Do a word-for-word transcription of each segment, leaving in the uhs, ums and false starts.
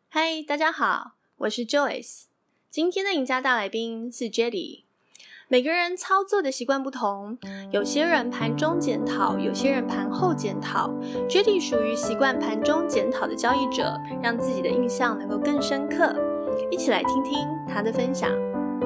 嗨，大家好，我是 Joyce。今天的赢家大来宾是 Jetty。每个人操作的习惯不同，有些人盘中检讨，有些人盘后检讨。Jetty 属于习惯盘中检讨的交易者，让自己的印象能够更深刻。一起来听听他的分享。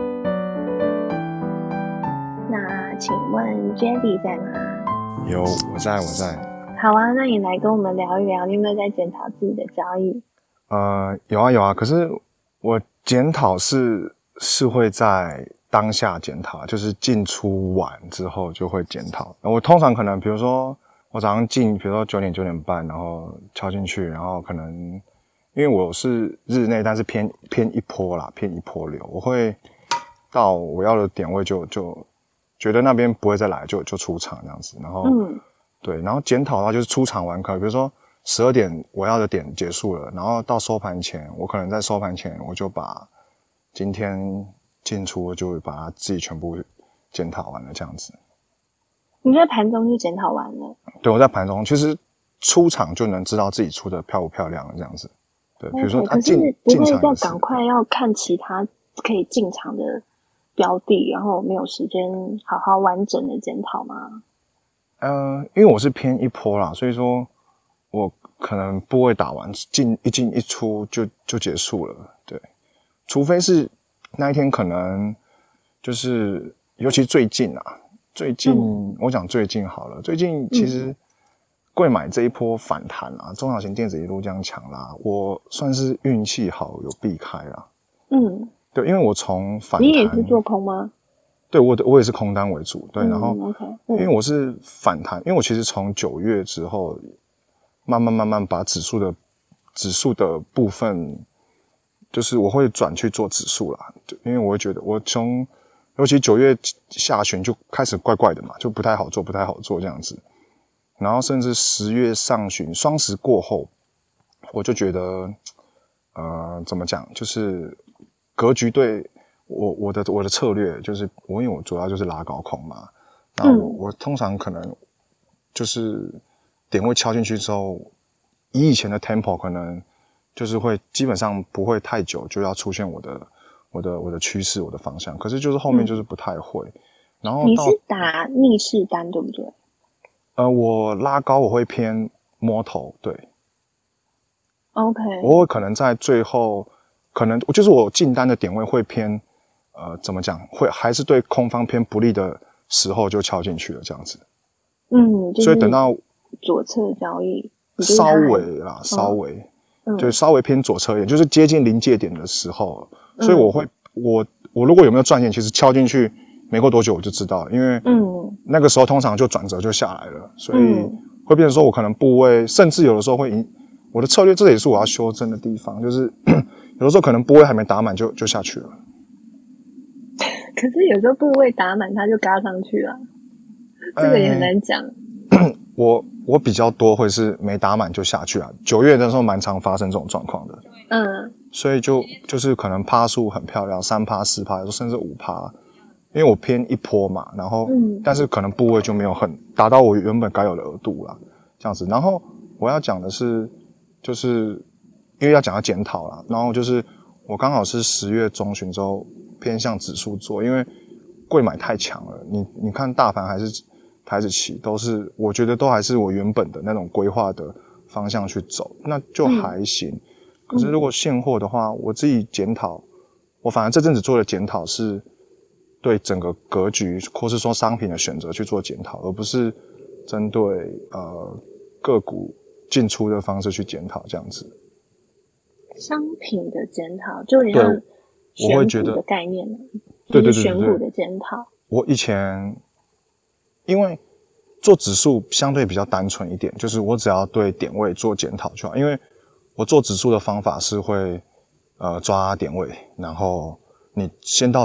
那请问 Jetty 在吗？ 有，我在，我在。 好啊，那你来跟我们聊一聊，你有没有在检讨自己的交易？ 呃，有啊有啊，可是我检讨是是会在当下检讨，就是进出完之后就会检讨。我通常可能比如说我早上进，比如说九点九点半，然后敲进去，然后可能因为我是日内，但是偏偏一波啦，偏一波流，我会到我要的点位就就觉得那边不会再来，就就出场这样子。然后嗯，对，然后检讨的话就是出场完可能比如说十二点我要的点结束了，然后到收盘前，我可能在收盘前我就把今天进出就把它自己全部检讨完了这样子。 你在盘中就检讨完了？ 对，我在盘中其实出场就能知道自己出的漂不漂亮了这样子。对，比如说他进进场， 不会要赶快要看其他可以进场的标的，然后没有时间好好完整的检讨吗？ 呃，因为我是偏一波啦，所以说我可能部位打完进一进一出就就结束了，对，除非是那一天可能就是尤其最近啊，最近、嗯、我讲最近好了，最近其实贵买这一波反弹啊，中小型电子一路这样强啦，我算是运气好有避开啦。嗯，对，因为我从反弹， 你也是做空吗？ 对，我的我也是空单为主，对， 嗯、 然后、 okay, 因为我是反弹，因为我其实从九月之后，慢慢慢慢把指数的指数的部分，就是我会转去做指数啦，因为我会觉得我从尤其九月下旬就开始怪怪的嘛，就不太好做，不太好做这样子，然后甚至十月上旬双十过后，我就觉得，呃，怎么讲，就是格局对。我我的我的策略就是我因为我主要就是拉高空嘛，那我、嗯、我通常可能就是点位敲进去之后，以以前的 tempo 可能就是会基本上不会太久就要出现我的我的我的趋势我的方向，可是就是后面就是不太会。嗯、然后你是打逆势单对不对？ 呃，我拉高我会偏摸头，对。 OK， 我会可能在最后可能就是我进单的点位会偏。呃，怎么讲？会还是对空方偏不利的时候就敲进去了，这样子。 嗯，就是、 所以等到左侧交易， 稍微啦，嗯、稍微，嗯、就稍微偏左侧一点，就是接近临界点的时候，嗯、所以我会，我我如果有没有赚钱，其实敲进去没过多久我就知道了，因为嗯，那个时候通常就转折就下来了，所以会变成说我可能部位，甚至有的时候会赢。我的策略这也是我要修正的地方，就是有的时候可能部位还没打满就就下去了。 可是有时候部位打满它就嘎上去了，这个也很难讲。 呃、我我比较多会是没打满就下去啊，九月的时候蛮常发生这种状况的。嗯，所以就就是可能趴数很漂亮，三趴、四趴，有时候甚至五趴，因为我偏一波嘛，然后、嗯、但是可能部位就没有很达到我原本该有的额度啦，这样子。然后我要讲的是，就是因为要讲到检讨啦，然后就是我刚好是十月中旬之后。偏向指数做，因为贵买太强了。你你看大盘还是台指期，都是我觉得都还是我原本的那种规划的方向去走，那就还行。嗯、可是如果现货的话，我自己检讨，我反而这阵子做的检讨是对整个格局或是说商品的选择去做检讨，而不是针对呃个股进出的方式去检讨这样子。 商品的检讨就你要。 我会觉得选股的概念呢， 对对对对， 选股的检讨。 我以前因为做指数相对比较单纯一点，就是我只要对点位做检讨就好。因为我做指数的方法是会呃抓点位，然后你先到